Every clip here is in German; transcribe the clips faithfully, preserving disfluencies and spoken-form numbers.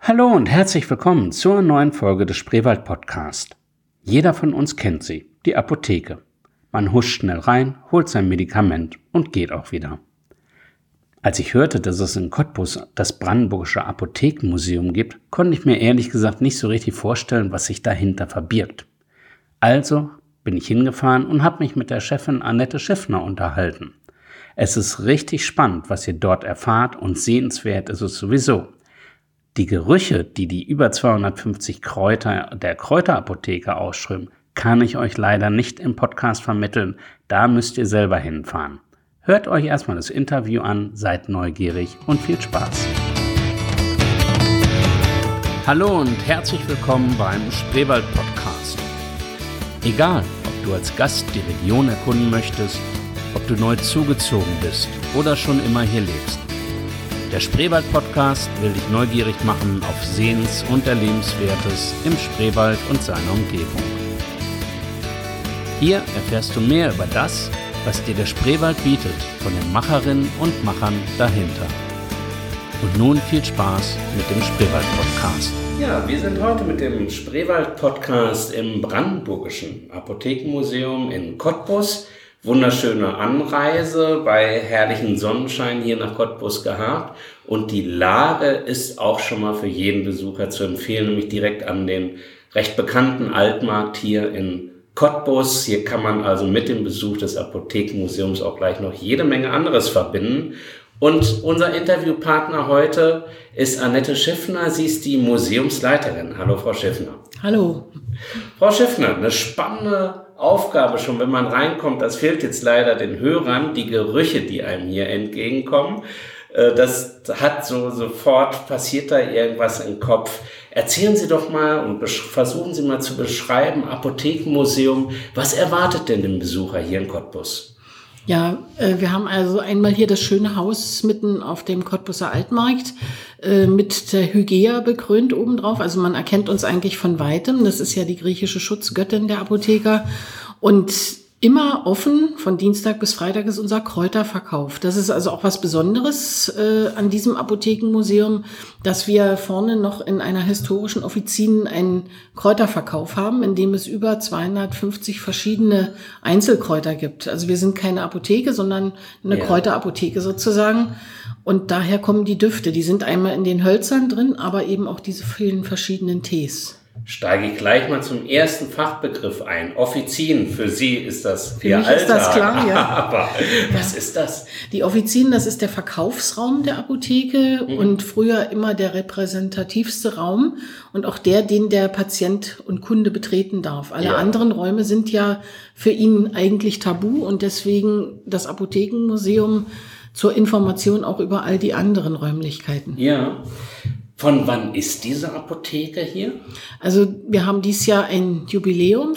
Hallo und herzlich willkommen zur neuen Folge des Spreewald-Podcast. Jeder von uns kennt sie, die Apotheke. Man huscht schnell rein, holt sein Medikament und geht auch wieder. Als ich hörte, dass es in Cottbus das Brandenburgische Apothekenmuseum gibt, konnte ich mir ehrlich gesagt nicht so richtig vorstellen, was sich dahinter verbirgt. Also bin ich hingefahren und habe mich mit der Chefin Annette Schiffner unterhalten. Es ist richtig spannend, was ihr dort erfahrt, und sehenswert ist es sowieso. Die Gerüche, die die über zweihundertfünfzig Kräuter der Kräuterapotheke ausströmen, kann ich euch leider nicht im Podcast vermitteln. Da müsst ihr selber hinfahren. Hört euch erstmal das Interview an, seid neugierig und viel Spaß. Hallo und herzlich willkommen beim Spreewald-Podcast. Egal, ob du als Gast die Region erkunden möchtest, ob du neu zugezogen bist oder schon immer hier lebst. Der Spreewald-Podcast will dich neugierig machen auf Sehens- und Erlebenswertes im Spreewald und seiner Umgebung. Hier erfährst du mehr über das, was dir der Spreewald bietet, von den Macherinnen und Machern dahinter. Und nun viel Spaß mit dem Spreewald-Podcast. Ja, wir sind heute mit dem Spreewald-Podcast im Brandenburgischen Apothekenmuseum in Cottbus. Wunderschöne Anreise bei herrlichem Sonnenschein hier nach Cottbus gehabt, und die Lage ist auch schon mal für jeden Besucher zu empfehlen, nämlich direkt an den recht bekannten Altmarkt hier in Cottbus. Hier kann man also mit dem Besuch des Apothekenmuseums auch gleich noch jede Menge anderes verbinden. Und unser Interviewpartner heute ist Annette Schiffner. Sie ist die Museumsleiterin. Hallo, Frau Schiffner. Hallo. Frau Schiffner, eine spannende Aufgabe schon, wenn man reinkommt. Das fehlt jetzt leider den Hörern, die Gerüche, die einem hier entgegenkommen. Das hat so sofort, passiert da irgendwas im Kopf. Erzählen Sie doch mal und besch- versuchen Sie mal zu beschreiben, Apothekenmuseum, was erwartet denn den Besucher hier in Cottbus? Ja, äh, wir haben also einmal hier das schöne Haus mitten auf dem Cottbuser Altmarkt äh, mit der Hygieia bekrönt obendrauf. Also man erkennt uns eigentlich von Weitem. Das ist ja die griechische Schutzgöttin der Apotheker. Und immer offen, von Dienstag bis Freitag ist unser Kräuterverkauf. Das ist also auch was Besonderes äh, an diesem Apothekenmuseum, dass wir vorne noch in einer historischen Offizin einen Kräuterverkauf haben, in dem es über zweihundertfünfzig verschiedene Einzelkräuter gibt. Also wir sind keine Apotheke, sondern eine ja. Kräuterapotheke sozusagen. Und daher kommen die Düfte. Die sind einmal in den Hölzern drin, aber eben auch diese vielen verschiedenen Tees. Steige ich gleich mal zum ersten Fachbegriff ein. Offizin, für Sie ist das Ihr Alltag. Ist das klar, ja. Aber was ja. ist das? Die Offizin, das ist der Verkaufsraum der Apotheke mhm. und früher immer der repräsentativste Raum und auch der, den der Patient und Kunde betreten darf. Alle ja. anderen Räume sind ja für ihn eigentlich tabu, und deswegen das Apothekenmuseum zur Information auch über all die anderen Räumlichkeiten. Ja. Von wann ist diese Apotheke hier? Also wir haben dieses Jahr ein Jubiläum,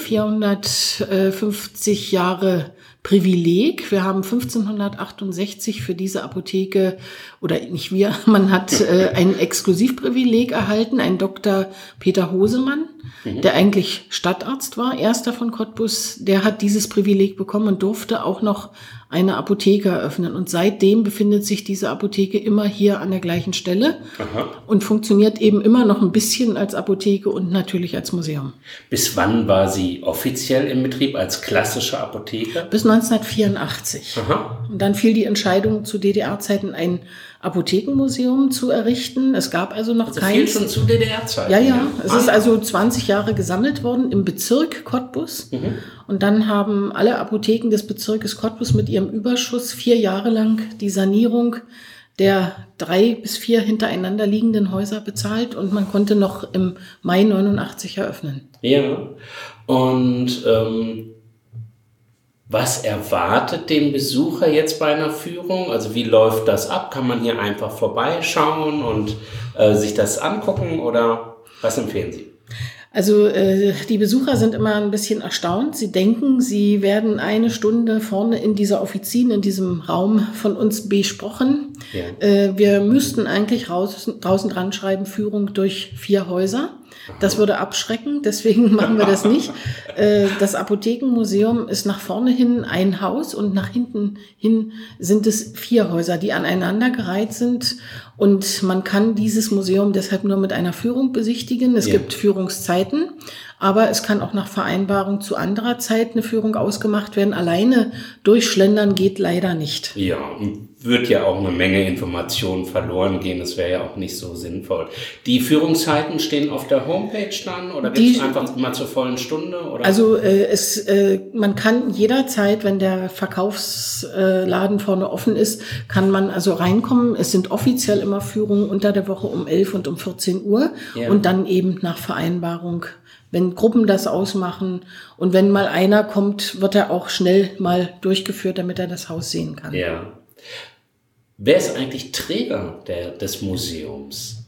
vierhundertfünfzig Jahre Privileg. Wir haben fünfzehnhundertachtundsechzig für diese Apotheke, oder nicht wir, man hat äh, ein Exklusivprivileg erhalten, ein Doktor Peter Hosemann, mhm. der eigentlich Stadtarzt war, erster von Cottbus, der hat dieses Privileg bekommen und durfte auch noch eine Apotheke eröffnen. Und seitdem befindet sich diese Apotheke immer hier an der gleichen Stelle Aha. und funktioniert eben immer noch ein bisschen als Apotheke und natürlich als Museum. Bis wann war sie offiziell im Betrieb als klassische Apotheke? Bis neunzehnhundertvierundachtzig. Aha. Und dann fiel die Entscheidung, zu D D R-Zeiten ein Apothekenmuseum zu errichten. Es gab also noch also keins. Viel schon zu D D R-Zeiten. Ja, ja. ja. Es ah. ist also zwanzig Jahre gesammelt worden im Bezirk Cottbus. Mhm. Und dann haben alle Apotheken des Bezirkes Cottbus mit ihrem Überschuss vier Jahre lang die Sanierung der drei bis vier hintereinander liegenden Häuser bezahlt, und man konnte noch im Mai neunundachtzig eröffnen. Ja. Und ähm was erwartet den Besucher jetzt bei einer Führung? Also wie läuft das ab? Kann man hier einfach vorbeischauen und äh, sich das angucken, oder was empfehlen Sie? Also äh, die Besucher sind immer ein bisschen erstaunt. Sie denken, sie werden eine Stunde vorne in dieser Offizin, in diesem Raum von uns besprochen. Ja. Äh, wir müssten eigentlich raus, draußen dran schreiben, Führung durch vier Häuser. Das würde abschrecken, deswegen machen wir das nicht. Das Apothekenmuseum ist nach vorne hin ein Haus und nach hinten hin sind es vier Häuser, die aneinandergereiht sind. Und man kann dieses Museum deshalb nur mit einer Führung besichtigen. Es ja. gibt Führungszeiten, aber es kann auch nach Vereinbarung zu anderer Zeit eine Führung ausgemacht werden. Alleine durchschlendern geht leider nicht. Ja, wird ja auch eine Menge Informationen verloren gehen. Das wäre ja auch nicht so sinnvoll. Die Führungszeiten stehen auf der Homepage dann oder gibt es einfach immer zur vollen Stunde? Oder? Also äh, es, äh, man kann jederzeit, wenn der Verkaufsladen vorne offen ist, kann man also reinkommen. Es sind offiziell immer Führungen unter der Woche um elf und um vierzehn Uhr ja. und dann eben nach Vereinbarung, wenn Gruppen das ausmachen. Und wenn mal einer kommt, wird er auch schnell mal durchgeführt, damit er das Haus sehen kann. Ja. Wer ist eigentlich Träger der, des Museums?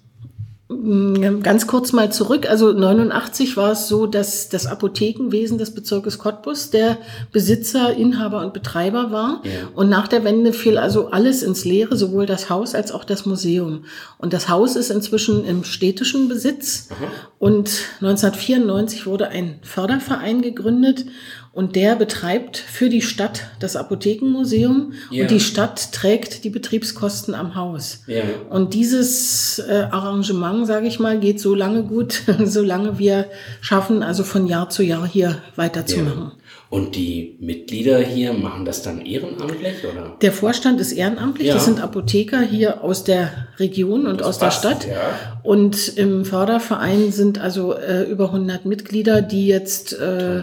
Ganz kurz mal zurück. Also neunundachtzig war es so, dass das Apothekenwesen des Bezirkes Cottbus der Besitzer, Inhaber und Betreiber war. Ja. Und nach der Wende fiel also alles ins Leere, sowohl das Haus als auch das Museum. Und das Haus ist inzwischen im städtischen Besitz. Aha. Und neunzehnhundertvierundneunzig wurde ein Förderverein gegründet. Und der betreibt für die Stadt das Apothekenmuseum ja. und die Stadt trägt die Betriebskosten am Haus. Ja. Und dieses äh, Arrangement, sage ich mal, geht so lange gut, solange wir schaffen, also von Jahr zu Jahr hier weiterzumachen. Ja. Und die Mitglieder hier machen das dann ehrenamtlich, oder? Der Vorstand ist ehrenamtlich. Ja. Das sind Apotheker hier aus der Region und das aus passt, der Stadt. Ja. Und im Förderverein sind also äh, über hundert Mitglieder, die jetzt äh,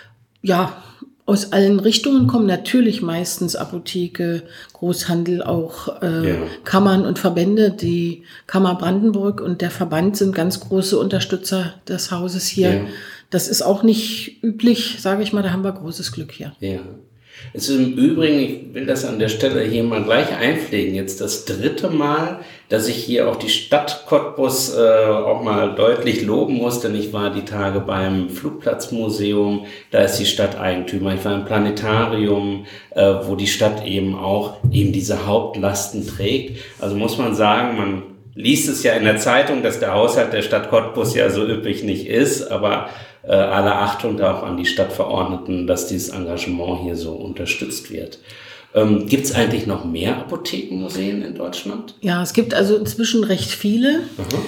ja, aus allen Richtungen kommen, natürlich meistens Apotheke, Großhandel, auch äh, ja. Kammern und Verbände. Die Kammer Brandenburg und der Verband sind ganz große Unterstützer des Hauses hier. Ja. Das ist auch nicht üblich, sage ich mal, da haben wir großes Glück hier. Ja. Es ist im Übrigen, ich will das an der Stelle hier mal gleich einpflegen, jetzt das dritte Mal, dass ich hier auch die Stadt Cottbus äh, auch mal deutlich loben muss, denn ich war die Tage beim Flugplatzmuseum, da ist die Stadt Eigentümer. Ich war im Planetarium, äh, wo die Stadt eben auch eben diese Hauptlasten trägt. Also muss man sagen, man liest es ja in der Zeitung, dass der Haushalt der Stadt Cottbus ja so üppig nicht ist, aber äh, alle Achtung da auch an die Stadtverordneten, dass dieses Engagement hier so unterstützt wird. Ähm, gibt es eigentlich noch mehr Apothekenmuseen in Deutschland? Ja, es gibt also inzwischen recht viele.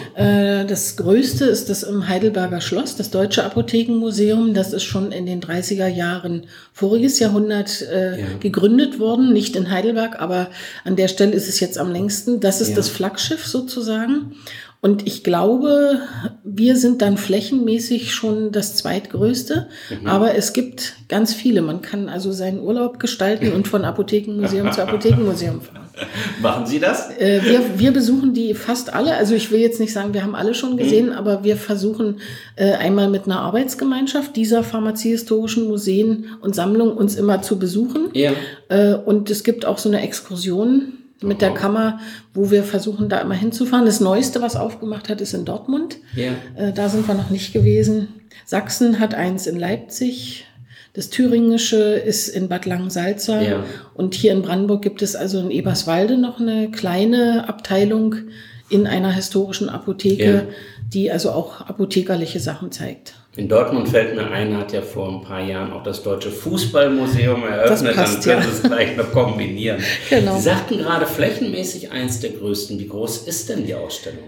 Äh, das größte ist das im Heidelberger Schloss, das Deutsche Apothekenmuseum. Das ist schon in den dreißiger Jahren voriges Jahrhundert äh, ja. gegründet worden. Nicht in Heidelberg, aber an der Stelle ist es jetzt am längsten. Das ist ja. das Flaggschiff sozusagen. Und ich glaube, wir sind dann flächenmäßig schon das zweitgrößte, mhm. aber es gibt ganz viele. Man kann also seinen Urlaub gestalten und von Apothekenmuseum zu Apothekenmuseum fahren. Machen Sie das? Äh, wir, wir besuchen die fast alle. Also ich will jetzt nicht sagen, wir haben alle schon gesehen, mhm. aber wir versuchen äh, einmal mit einer Arbeitsgemeinschaft dieser pharmaziehistorischen Museen und Sammlungen uns immer zu besuchen. Ja. Äh, und es gibt auch so eine Exkursion mit der Kammer, wo wir versuchen, da immer hinzufahren. Das Neueste, was aufgemacht hat, ist in Dortmund. Ja. Äh, da sind wir noch nicht gewesen. Sachsen hat eins in Leipzig. Das Thüringische ist in Bad Langensalza. Ja. Und hier in Brandenburg gibt es also in Eberswalde noch eine kleine Abteilung in einer historischen Apotheke, ja. die also auch apothekerliche Sachen zeigt. In Dortmund fällt mir ein, hat ja vor ein paar Jahren auch das Deutsche Fußballmuseum eröffnet, passt, dann können Sie ja. es gleich noch kombinieren. Genau. Sie sagten gerade flächenmäßig eins der größten. Wie groß ist denn die Ausstellung?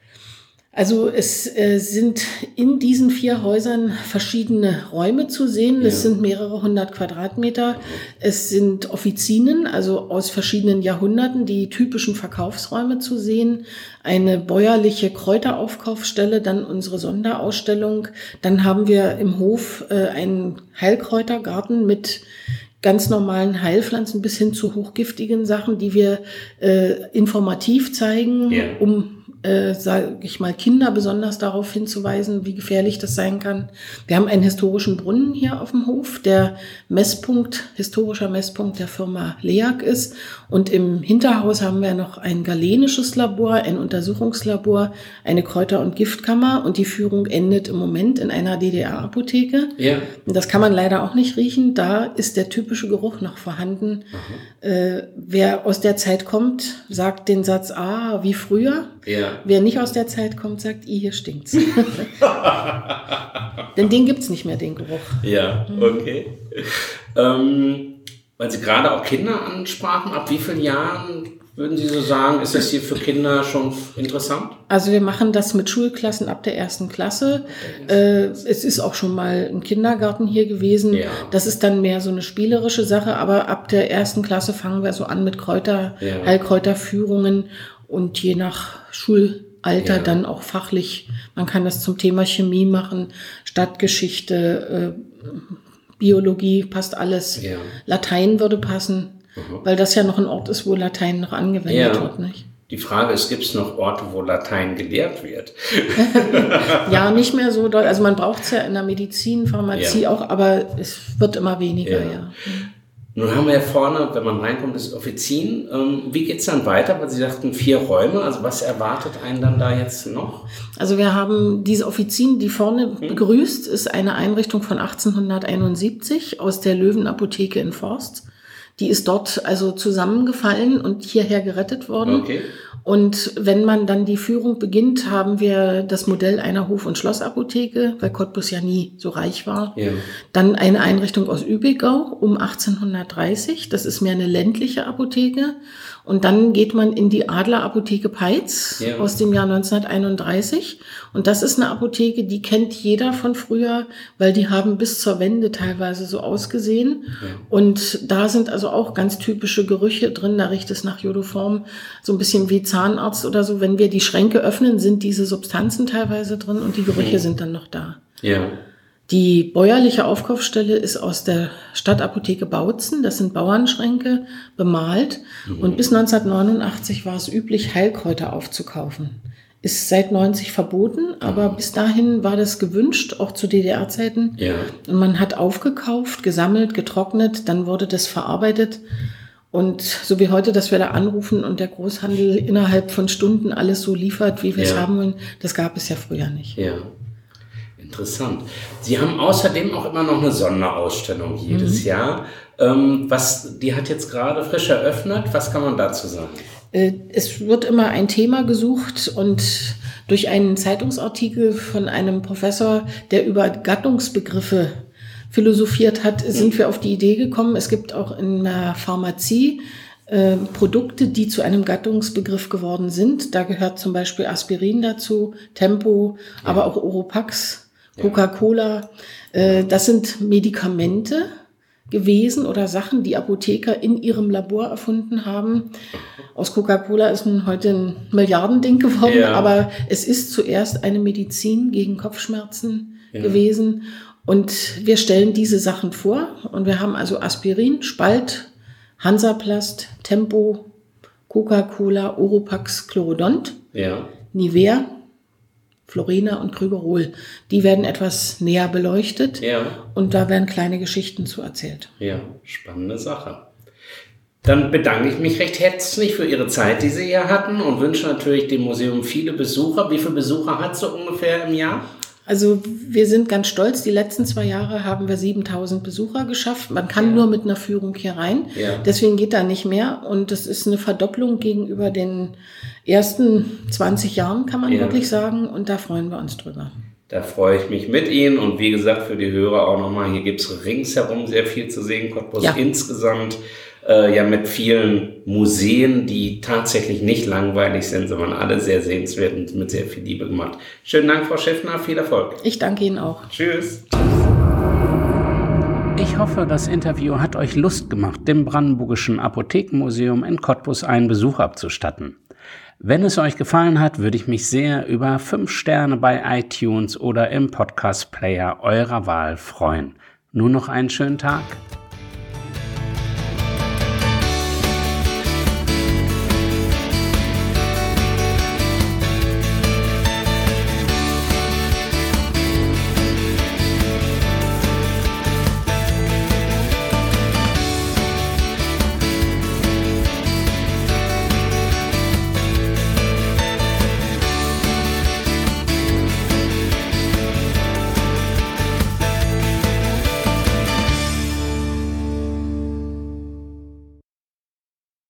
Also es äh, sind in diesen vier Häusern verschiedene Räume zu sehen. Ja. Es sind mehrere hundert Quadratmeter. Es sind Offizinen, also aus verschiedenen Jahrhunderten, die typischen Verkaufsräume zu sehen. Eine bäuerliche Kräuteraufkaufsstelle, dann unsere Sonderausstellung. Dann haben wir im Hof äh, einen Heilkräutergarten mit ganz normalen Heilpflanzen bis hin zu hochgiftigen Sachen, die wir äh, informativ zeigen, ja. um Äh, sage ich mal, Kinder besonders darauf hinzuweisen, wie gefährlich das sein kann. Wir haben einen historischen Brunnen hier auf dem Hof, der Messpunkt, historischer Messpunkt der Firma Leak ist. Und im Hinterhaus haben wir noch ein galenisches Labor, ein Untersuchungslabor, eine Kräuter- und Giftkammer. Und die Führung endet im Moment in einer D D R-Apotheke. Ja. Und das kann man leider auch nicht riechen. Da ist der typische Geruch noch vorhanden. Äh, wer aus der Zeit kommt, sagt den Satz, ah, wie früher. Ja. Wer nicht aus der Zeit kommt, sagt, I, hier stinkt's. Denn den gibt's nicht mehr, den Geruch. Ja, okay. Mhm. Ähm, weil Sie gerade auch Kinder ansprachen, ab wie vielen Jahren würden Sie so sagen, ist das hier für Kinder schon interessant? Also wir machen das mit Schulklassen ab der ersten Klasse. Äh, es ist auch schon mal ein Kindergarten hier gewesen. Ja. Das ist dann mehr so eine spielerische Sache, aber ab der ersten Klasse fangen wir so an mit Kräuter, ja. Heilkräuterführungen und je nach Schulalter ja. dann auch fachlich. Man kann das zum Thema Chemie machen, Stadtgeschichte, äh, Biologie, passt alles. Ja. Latein würde passen. Mhm. Weil das ja noch ein Ort ist, wo Latein noch angewendet ja. wird, nicht? Die Frage ist, gibt es noch Orte, wo Latein gelehrt wird? Ja, nicht mehr so doll. Also man braucht es ja in der Medizin, Pharmazie ja. auch, aber es wird immer weniger, ja. ja. Nun haben wir ja vorne, wenn man reinkommt, das Offizin. Ähm, wie geht es dann weiter? Weil Sie sagten, vier Räume. Also was erwartet einen dann da jetzt noch? Also wir haben diese Offizin, die vorne hm. begrüßt, ist eine Einrichtung von achtzehnhunderteinundsiebzig aus der Löwenapotheke in Forst. Die ist dort also zusammengefallen und hierher gerettet worden. Okay. Und wenn man dann die Führung beginnt, haben wir das Modell einer Hof- und Schlossapotheke, weil Cottbus ja nie so reich war. Ja. Dann eine Einrichtung aus Übigau um achtzehnhundertdreißig. Das ist mehr eine ländliche Apotheke. Und dann geht man in die Adlerapotheke Peitz ja. aus dem Jahr neunzehnhunderteinunddreißig. Und das ist eine Apotheke, die kennt jeder von früher, weil die haben bis zur Wende teilweise so ausgesehen. Ja. Und da sind also auch ganz typische Gerüche drin. Da riecht es nach Jodoform, so ein bisschen wie Zahnarzt oder so. Wenn wir die Schränke öffnen, sind diese Substanzen teilweise drin und die Gerüche mhm. sind dann noch da. Ja. Die bäuerliche Aufkaufsstelle ist aus der Stadtapotheke Bautzen. Das sind Bauernschränke, bemalt. Mhm. Und bis neunzehnhundertneunundachtzig war es üblich, Heilkräuter aufzukaufen. Ist seit neunzig verboten, aber mhm. bis dahin war das gewünscht, auch zu D D R-Zeiten. Ja. Und man hat aufgekauft, gesammelt, getrocknet, dann wurde das verarbeitet. Und so wie heute, dass wir da anrufen und der Großhandel innerhalb von Stunden alles so liefert, wie wir es ja. haben wollen, das gab es ja früher nicht. Ja. Interessant. Sie haben außerdem auch immer noch eine Sonderausstellung jedes mhm. Jahr. Ähm, was, die hat jetzt gerade frisch eröffnet. Was kann man dazu sagen? Äh, es wird immer ein Thema gesucht und durch einen Zeitungsartikel von einem Professor, der über Gattungsbegriffe philosophiert hat, sind mhm. wir auf die Idee gekommen. Es gibt auch in der Pharmazie äh, Produkte, die zu einem Gattungsbegriff geworden sind. Da gehört zum Beispiel Aspirin dazu, Tempo, ja. aber auch Oropax. Coca-Cola, äh, das sind Medikamente gewesen oder Sachen, die Apotheker in ihrem Labor erfunden haben. Aus Coca-Cola ist nun heute ein Milliardending geworden, ja. aber es ist zuerst eine Medizin gegen Kopfschmerzen ja. gewesen. Und wir stellen diese Sachen vor und wir haben also Aspirin, Spalt, Hansaplast, Tempo, Coca-Cola, Oropax, Chlorodont, ja. Nivea, Florina und Krügerol, die werden etwas näher beleuchtet ja. und da werden kleine Geschichten zu erzählt. Ja, spannende Sache. Dann bedanke ich mich recht herzlich für Ihre Zeit, die Sie hier hatten und wünsche natürlich dem Museum viele Besucher. Wie viele Besucher hat es so ungefähr im Jahr? Also wir sind ganz stolz. Die letzten zwei Jahre haben wir siebentausend Besucher geschafft. Man kann ja. nur mit einer Führung hier rein. Ja. Deswegen geht da nicht mehr. Und das ist eine Verdopplung gegenüber den ersten zwanzig Jahren, kann man ja. wirklich sagen. Und da freuen wir uns drüber. Da freue ich mich mit Ihnen. Und wie gesagt, für die Hörer auch nochmal, hier gibt es ringsherum sehr viel zu sehen. Cottbus ja. insgesamt äh, ja mit vielen Museen, die tatsächlich nicht langweilig sind, sondern alle sehr sehenswert und mit sehr viel Liebe gemacht. Schönen Dank, Frau Schiffner. Viel Erfolg. Ich danke Ihnen auch. Tschüss. Ich hoffe, das Interview hat euch Lust gemacht, dem Brandenburgischen Apothekenmuseum in Cottbus einen Besuch abzustatten. Wenn es euch gefallen hat, würde ich mich sehr über fünf Sterne bei iTunes oder im Podcast-Player eurer Wahl freuen. Nur noch einen schönen Tag.